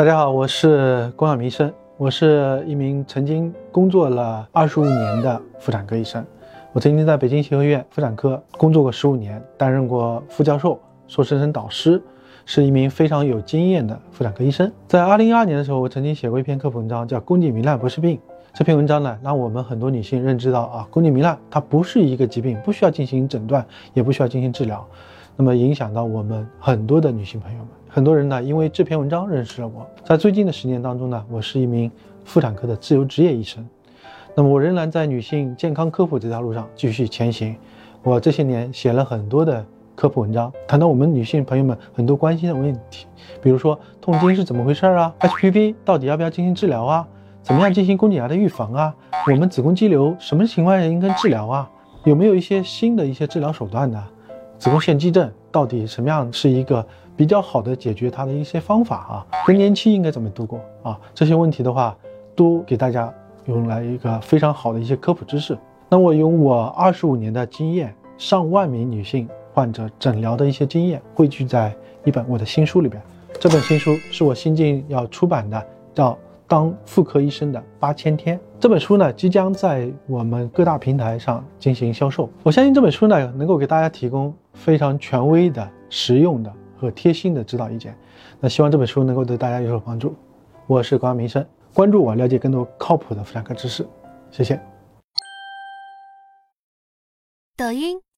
大家好，我是龚晓明医生，我是一名曾经工作了25年的妇产科医生。我曾经在北京协和医院妇产科工作过15年，担任过副教授、硕士生导师，是一名非常有经验的妇产科医生。在2012年的时候，我曾经写过一篇科普文章，叫《宫颈糜烂不是病》。这篇文章呢，让我们很多女性认知到宫颈糜烂它不是一个疾病，不需要进行诊断，也不需要进行治疗。那么影响到我们很多的女性朋友们，很多人呢因为这篇文章认识了我。在最近的10年当中呢，我是一名妇产科的自由职业医生。那么我仍然在女性健康科普这条路上继续前行。我这些年写了很多的科普文章，谈到我们女性朋友们很多关心的问题，比如说痛经是怎么回事啊 ，HPV 到底要不要进行治疗啊，怎么样进行宫颈癌的预防啊，我们子宫肌瘤什么情况下应该治疗啊，有没有一些新的治疗手段呢？子宫腺肌症到底什么样是一个比较好的解决它的一些方法啊？更年期应该怎么度过啊？这些问题的话，都给大家用来一个非常好的一些科普知识。那我用我25年的经验，上万名女性患者诊疗的一些经验，汇聚在一本我的新书里边。这本新书是我新近要出版的，叫《当妇科医生的8000天》。这本书呢，即将在我们各大平台上进行销售。我相信这本书呢，能够给大家提供非常权威的、实用的和贴心的指导意见。那希望这本书能够对大家有所帮助。我是龚晓明医生，关注我，了解更多靠谱的妇产科知识。谢谢。 抖音、